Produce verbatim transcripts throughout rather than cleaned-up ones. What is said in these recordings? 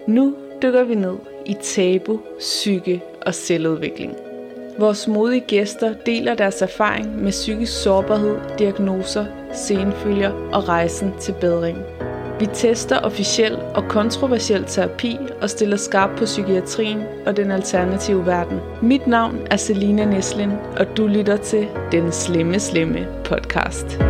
Nu dykker vi ned i tabu, psyke og selvudvikling. Vores modige gæster deler deres erfaring med psykisk sårbarhed, diagnoser, senfølger og rejsen til bedring. Vi tester officiel og kontroversiel terapi og stiller skarpt på psykiatrien og den alternative verden. Mit navn er Selina Neslin, og du lytter til Den Slemme Slemme podcast.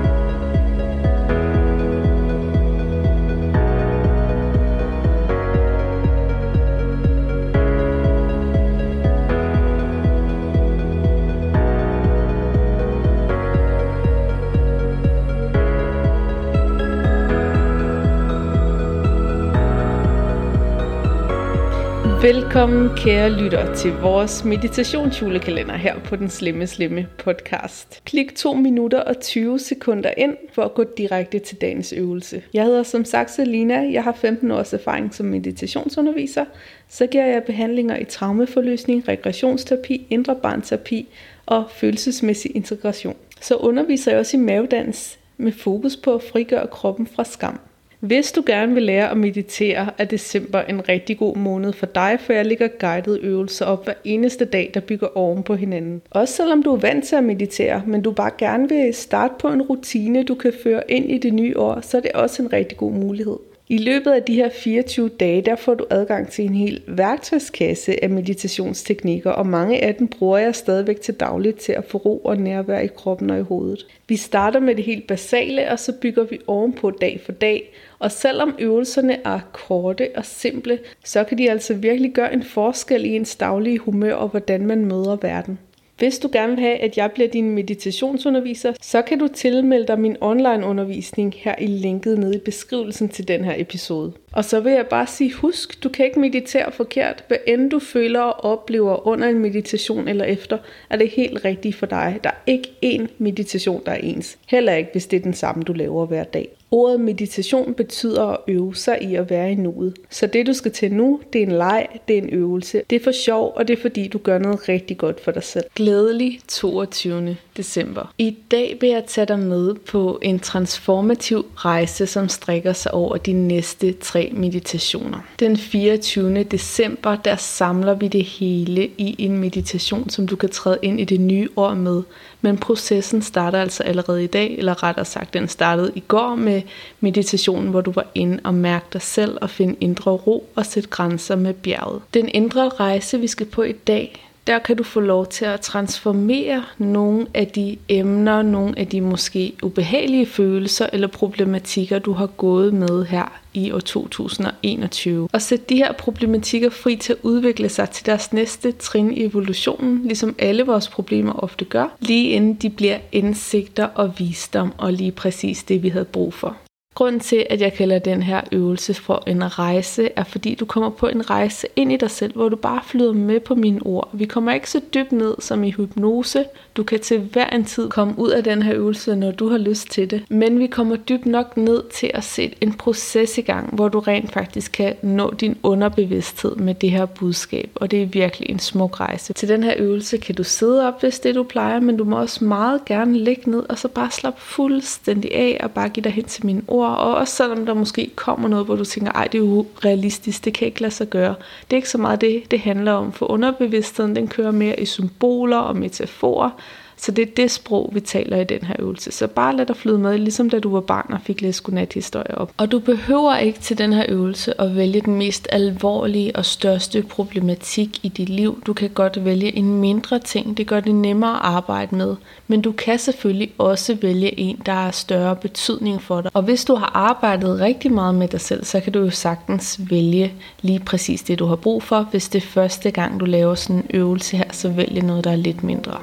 Velkommen kære lytter til vores meditationsjulekalender her på Den Slemme Slemme podcast. Klik to minutter og tyve sekunder ind for at gå direkte til dagens øvelse. Jeg hedder som sagt Selina, jeg har femten års erfaring som meditationsunderviser. Så giver jeg behandlinger i traumeforløsning, regressionsterapi, indre barnterapi og følelsesmæssig integration. Så underviser jeg også i mavedans med fokus på at frigøre kroppen fra skam. Hvis du gerne vil lære at meditere, er december en rigtig god måned for dig, for jeg lægger guidede øvelser op hver eneste dag, der bygger oven på hinanden. Også selvom du er vant til at meditere, men du bare gerne vil starte på en rutine, du kan føre ind i det nye år, så er det også en rigtig god mulighed. I løbet af de her fireogtyve dage, der får du adgang til en hel værktøjskasse af meditationsteknikker, og mange af dem bruger jeg stadigvæk til dagligt til at få ro og nærvær i kroppen og i hovedet. Vi starter med det helt basale, og så bygger vi ovenpå dag for dag. Og selvom øvelserne er korte og simple, så kan de altså virkelig gøre en forskel i ens daglige humør og hvordan man møder verden. Hvis du gerne vil have, at jeg bliver din meditationsunderviser, så kan du tilmelde dig min online undervisning her i linket nede i beskrivelsen til den her episode. Og så vil jeg bare sige, husk, du kan ikke meditere forkert. Hvad end du føler og oplever under en meditation eller efter, er det helt rigtigt for dig. Der er ikke én meditation, der er ens. Heller ikke, hvis det er den samme, du laver hver dag. Ordet meditation betyder at øve sig i at være i nuet. Så det du skal til nu, det er en leg, det er en øvelse. Det er for sjov, og det er fordi du gør noget rigtig godt for dig selv. Glædelig toogtyvende december. I dag vil jeg tage dig med på en transformativ rejse, som strækker sig over de næste tre meditationer. Den fireogtyvende december, der samler vi det hele i en meditation, som du kan træde ind i det nye år med. Men processen starter altså allerede i dag, eller rettere sagt, den startede i går med meditationen, hvor du var inde og mærke dig selv og finde indre ro og sætte grænser med bjerget. Den indre rejse, vi skal på i dag, der kan du få lov til at transformere nogle af de emner, nogle af de måske ubehagelige følelser eller problematikker, du har gået med her i år to tusind og enogtyve. Og sætte de her problematikker fri til at udvikle sig til deres næste trin i evolutionen, ligesom alle vores problemer ofte gør, lige inden de bliver indsigter og visdom, og lige præcis det, vi havde brug for. Grunden til, at jeg kalder den her øvelse for en rejse, er fordi du kommer på en rejse ind i dig selv, hvor du bare flyder med på mine ord. Vi kommer ikke så dybt ned som i hypnose. Du kan til hver en tid komme ud af den her øvelse, når du har lyst til det. Men vi kommer dybt nok ned til at sætte en proces i gang, hvor du rent faktisk kan nå din underbevidsthed med det her budskab. Og det er virkelig en smuk rejse. Til den her øvelse kan du sidde op, hvis det du plejer, men du må også meget gerne ligge ned og så bare slappe fuldstændig af og bare give dig hen til mine ord. Og også selvom der måske kommer noget, hvor du tænker, ej, det er jo realistisk, det kan ikke lade sig gøre. Det er ikke så meget det, det handler om, for underbevidstheden, den kører mere i symboler og metaforer. Så det er det sprog, vi taler i den her øvelse. Så bare lad dig flyde med, ligesom da du var barn og fik læst godnathistorier op. Og du behøver ikke til den her øvelse at vælge den mest alvorlige og største problematik i dit liv. Du kan godt vælge en mindre ting. Det gør det nemmere at arbejde med. Men du kan selvfølgelig også vælge en, der har større betydning for dig. Og hvis du har arbejdet rigtig meget med dig selv, så kan du jo sagtens vælge lige præcis det, du har brug for. Hvis det er første gang, du laver sådan en øvelse her, så vælge noget, der er lidt mindre.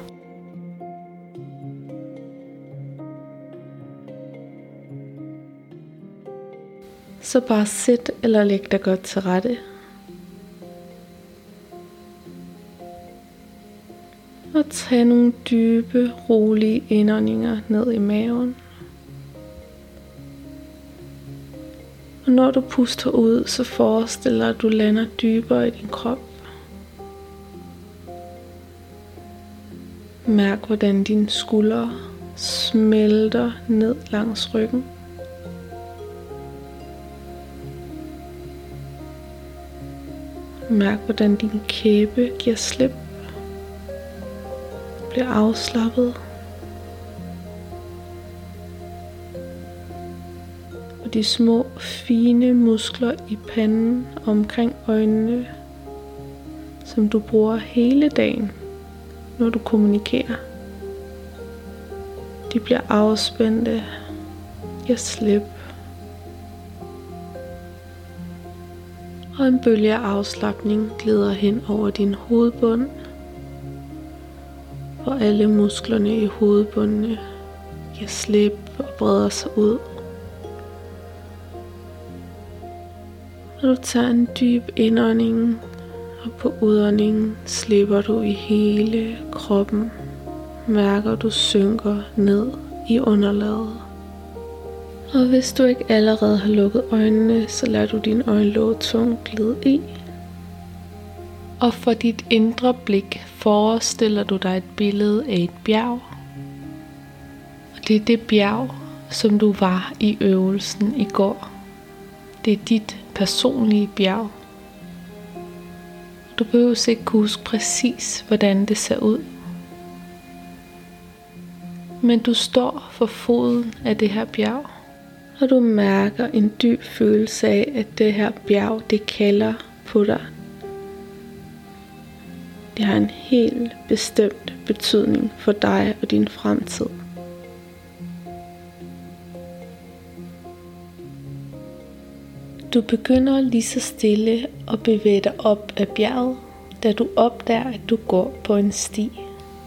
Så bare sæt eller læg dig godt til rette. Og tag nogle dybe, rolige indåndinger ned i maven. Og når du puster ud, så forestil dig, at du lander dybere i din krop. Mærk, hvordan dine skuldre smelter ned langs ryggen. Mærk, hvordan din kæbe giver slip, bliver afslappet, og de små fine muskler i panden omkring øjnene, som du bruger hele dagen, når du kommunikerer, de bliver afspændte, giver slip, og en bølge af afslapning glider hen over din hovedbund, hvor alle musklerne i hovedbundene giver slip og breder sig ud. Når du tager en dyb indånding, og på udåndingen slipper du i hele kroppen, mærker du synker ned i underlaget. Og hvis du ikke allerede har lukket øjnene, så lader du din øjenlåg tungt glide i. Og for dit indre blik forestiller du dig et billede af et bjerg. Og det er det bjerg, som du var i øvelsen i går. Det er dit personlige bjerg. Du behøver ikke kunne huske præcis, hvordan det ser ud. Men du står for foden af det her bjerg, og du mærker en dyb følelse af, at det her bjerg, det kalder på dig. Det har en helt bestemt betydning for dig og din fremtid. Du begynder lige så stille at bevæge dig op ad bjerget, da du opdager, at du går på en sti.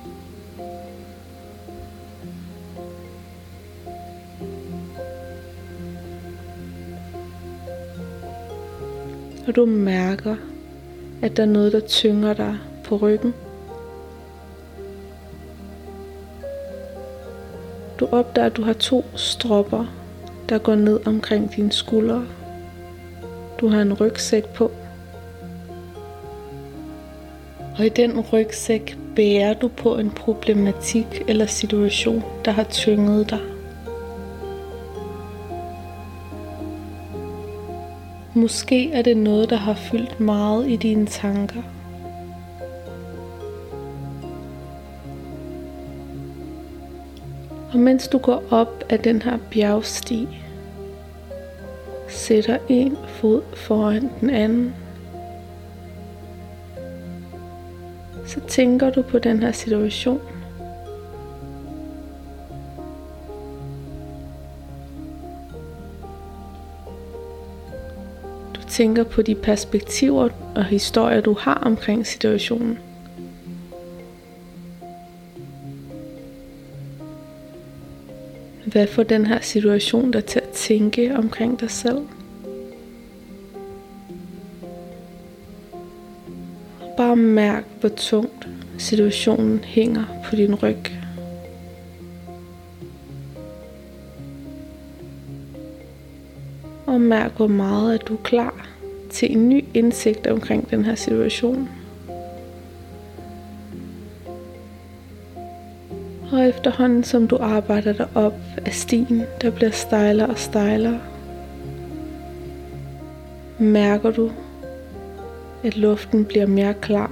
Og du mærker, at der er noget, der tynger dig på ryggen. Du opdager, at du har to stropper, der går ned omkring dine skuldre. Du har en rygsæk på. Og i den rygsæk bærer du på en problematik eller situation, der har tynget dig. Måske er det noget, der har fyldt meget i dine tanker. Og mens du går op ad den her bjergsti, sætter en fod foran den anden, så tænker du på den her situation. Du tænker på de perspektiver og historier, du har omkring situationen. Hvad får den her situation dig til at tænke omkring dig selv? Bare mærk, hvor tungt situationen hænger på din ryg. Og mærk, hvor meget at du er klar til en ny indsigt omkring den her situation. Og efterhånden som du arbejder dig op ad stien, der bliver stejlere og stejlere, mærker du, at luften bliver mere klar.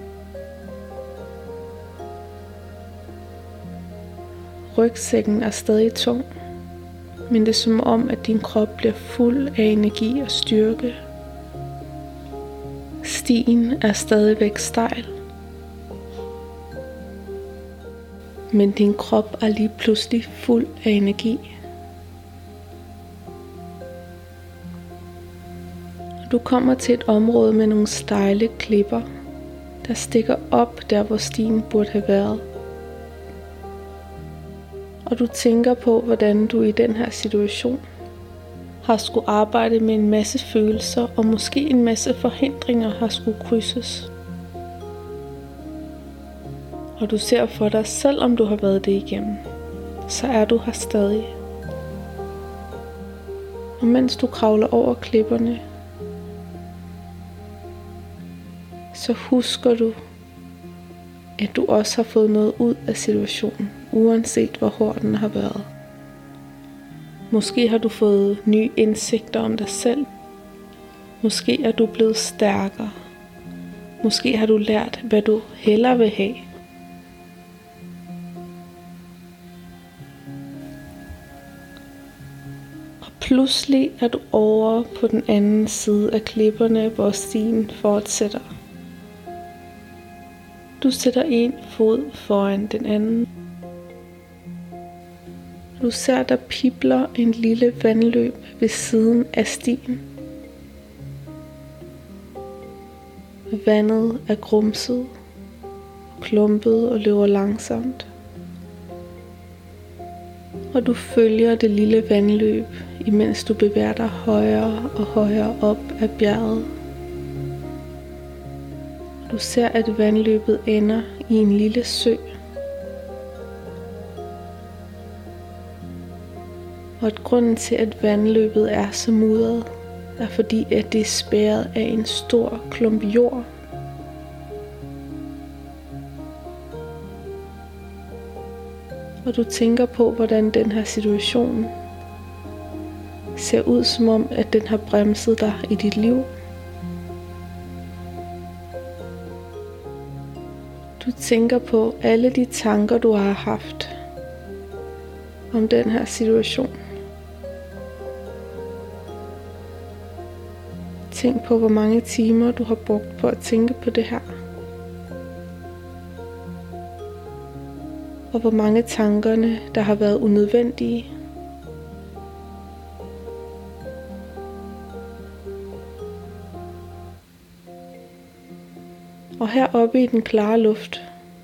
Rygsækken er stadig tung, men det er som om, at din krop bliver fuld af energi og styrke. Stien er stadigvæk stejl, men din krop er lige pludselig fuld af energi. Du kommer til et område med nogle stejle klipper, der stikker op der, hvor stien burde have været. Og du tænker på, hvordan du i den her situation har skulle arbejde med en masse følelser, og måske en masse forhindringer har skulle krydses. Og du ser for dig, selvom du har været det igennem, så er du her stadig. Og mens du kravler over klipperne, så husker du, at du også har fået noget ud af situationen, uanset hvor hård den har været. Måske har du fået nye indsigter om dig selv. Måske er du blevet stærkere. Måske har du lært, hvad du hellere vil have. Og pludselig er du over på den anden side af klipperne, hvor stien fortsætter. Du sætter en fod foran den anden. Du ser, der pibler en lille vandløb ved siden af stien. Vandet er grumset, klumpet og løber langsomt. Og du følger det lille vandløb, imens du bevæger dig højere og højere op ad bjerget. Du ser, at vandløbet ender i en lille sø. Og at grunden til, at vandløbet er så mudret, er fordi, at det er spærret af en stor klump jord. Og du tænker på, hvordan den her situation ser ud, som om, at den har bremset dig i dit liv. Du tænker på alle de tanker, du har haft om den her situation. Tænk på, hvor mange timer du har brugt på at tænke på det her. Og hvor mange tankerne, der har været unødvendige. Og heroppe i den klare luft,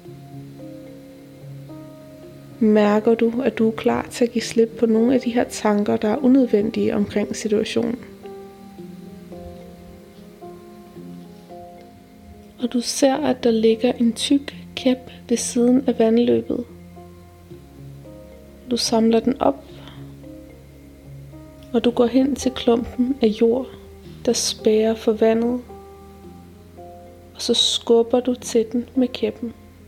mærker du, at du er klar til at give slip på nogle af de her tanker, der er unødvendige omkring situationen. Og du ser, at der ligger en tyk kæp ved siden af vandløbet. Du samler den op, og du går hen til klumpen af jord, der spærrer for vandet, og så skubber du til den med kæppen.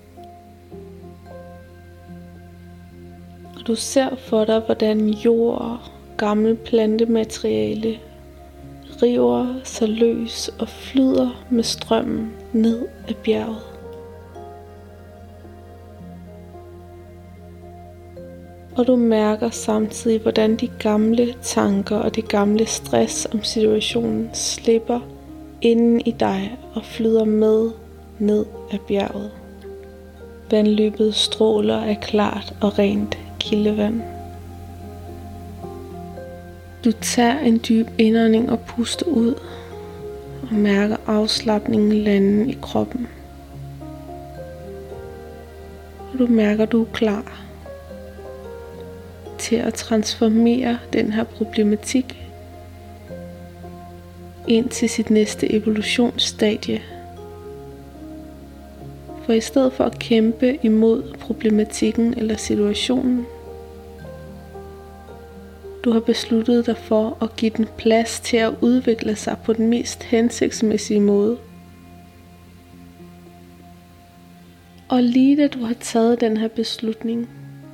Og du ser for dig, hvordan jord, gammel plantemateriale, river sig løs og flyder med strømmen ned ad bjerget. Og du mærker samtidig, hvordan de gamle tanker og det gamle stress om situationen slipper inden i dig og flyder med ned ad bjerget. Vandløbet stråler af klart og rent kildevand. Du tager en dyb indånding og puster ud og mærker afslapningen lande i kroppen. Og du mærker, at du er klar til at transformere den her problematik ind til sit næste evolutionsstadie. For i stedet for at kæmpe imod problematikken eller situationen, du har besluttet dig for at give den plads til at udvikle sig på den mest hensigtsmæssige måde. Og lige da du har taget den her beslutning,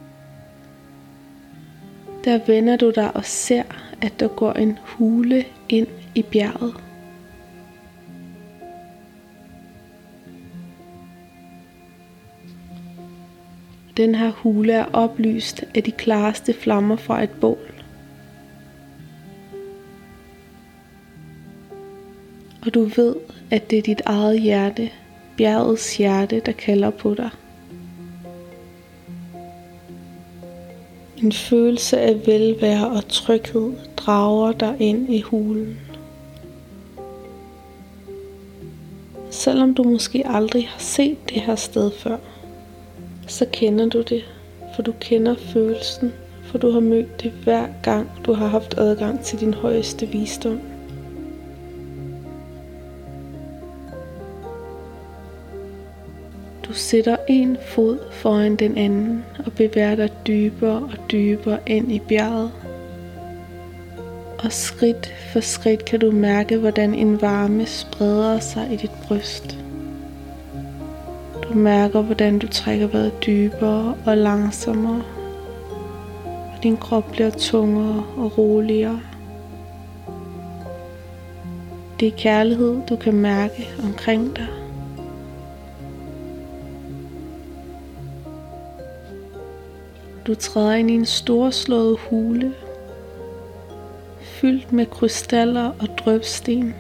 der vender du dig og ser, at der går en hule ind i bjerget. Den her hule er oplyst af de klareste flammer fra et bål. Og du ved, at det er dit eget hjerte, bjergets hjerte, der kalder på dig. En følelse af velvære og tryghed drager dig ind i hulen. Selvom du måske aldrig har set det her sted før, så kender du det, for du kender følelsen, for du har mødt det hver gang du har haft adgang til din højeste visdom. Du sætter en fod foran den anden og bevæger dig dybere og dybere ind i bjerget. Og skridt for skridt kan du mærke, hvordan en varme spreder sig i dit bryst. Du mærker, hvordan du trækker vejret dybere og langsommere, og din krop bliver tungere og roligere. Det er kærlighed, du kan mærke omkring dig, Du træder ind i en storslået hule, fyldt med krystaller og drypsten.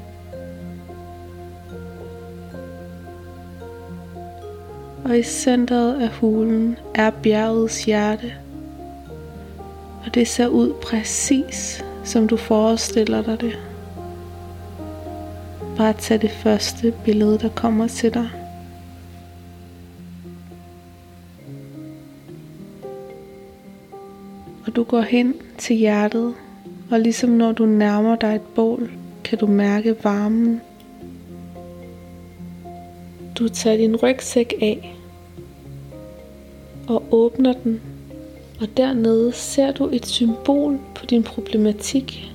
Og i centret af hulen er bjergets hjerte, og det ser ud præcis som du forestiller dig det. Bare tag det første billede, der kommer til dig. Og du går hen til hjertet, og ligesom når du nærmer dig et bål, kan du mærke varmen. Du tager din rygsæk af og åbner den, og dernede ser du et symbol på din problematik.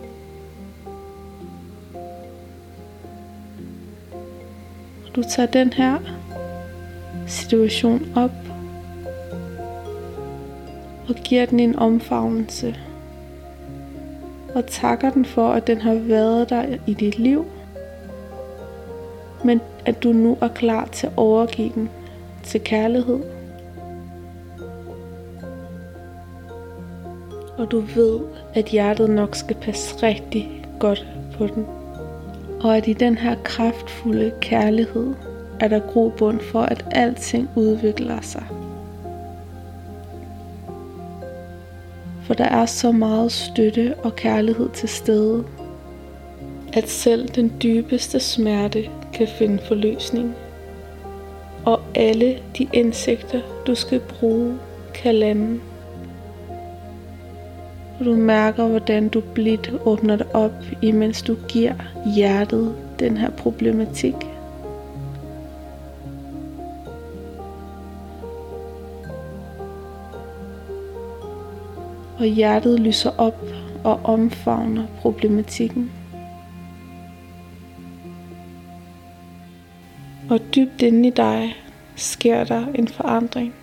Du tager den her situation op og giver den en omfavnelse og takker den for, at den har været der i dit liv, men at du nu er klar til at overgive den til kærlighed. Og du ved, at hjertet nok skal passe rigtig godt på den. Og at i den her kraftfulde kærlighed er der grobund for, at alting udvikler sig. For der er så meget støtte og kærlighed til stede, at selv den dybeste smerte kan finde forløsning. Og alle de indsigter, du skal bruge, kan lande. Og du mærker, hvordan du blidt åbner dig op, imens du giver hjertet den her problematik. Og hjertet lyser op og omfavner problematikken. Og dybt inde i dig sker der en forandring.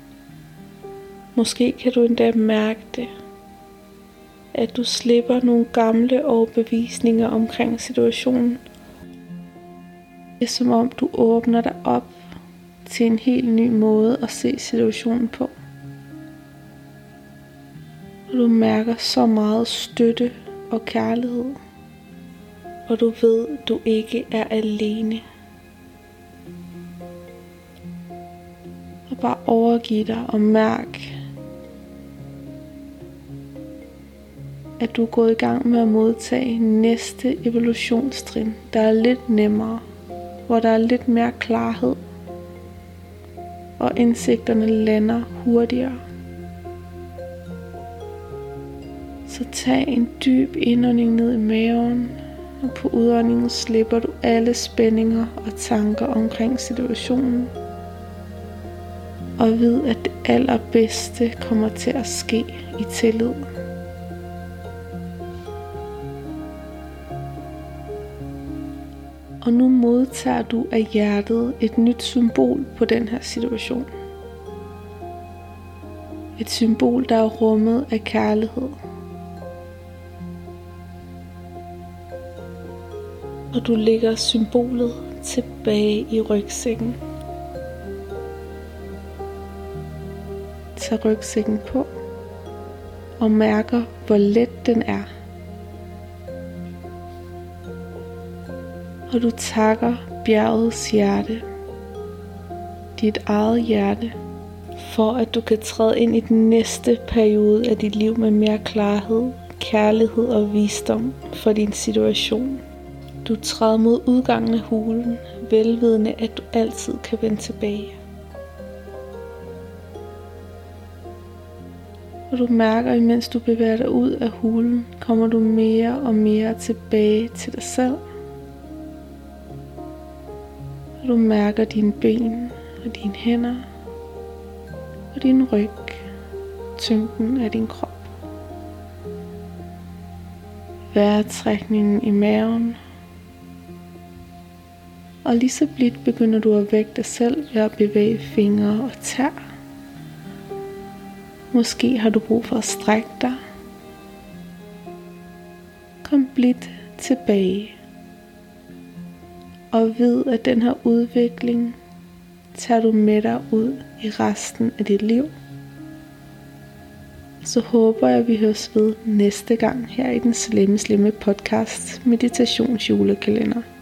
Måske kan du endda mærke det, at du slipper nogle gamle overbevisninger omkring situationen. Det er som om du åbner dig op til en helt ny måde at se situationen på. Og du mærker så meget støtte og kærlighed. Og du ved, at du ikke er alene. Og bare overgiv dig og mærk, at du er gået i gang med at modtage næste evolutionstrin, der er lidt nemmere, hvor der er lidt mere klarhed, og indsigterne lander hurtigere. Så tag en dyb indånding ned i maven, og på udåndingen slipper du alle spændinger og tanker omkring situationen. Og vid, at det allerbedste kommer til at ske i tillid. Og nu modtager du af hjertet et nyt symbol på den her situation. Et symbol, der er rummet af kærlighed. Og du lægger symbolet tilbage i rygsækken. Tag rygsækken på og mærker, hvor let den er. Og du takker bjergets hjerte, dit eget hjerte, for at du kan træde ind i den næste periode af dit liv med mere klarhed, kærlighed og visdom for din situation. Du træder mod udgangen af hulen, velvidende at du altid kan vende tilbage. Og du mærker, imens du bevæger dig ud af hulen, kommer du mere og mere tilbage til dig selv. Og du mærker dine ben og dine hænder og din ryg, tyngden af din krop. Vejrtrækningen i maven. Og lige så blidt begynder du at vække dig selv ved at bevæge fingre og tær. Måske har du brug for at strække dig. Kom blidt tilbage. Og ved, at den her udvikling tager du med dig ud i resten af dit liv. så håber jeg, at vi høres ved næste gang her i den slemme, slemme podcast Meditationsjulekalender.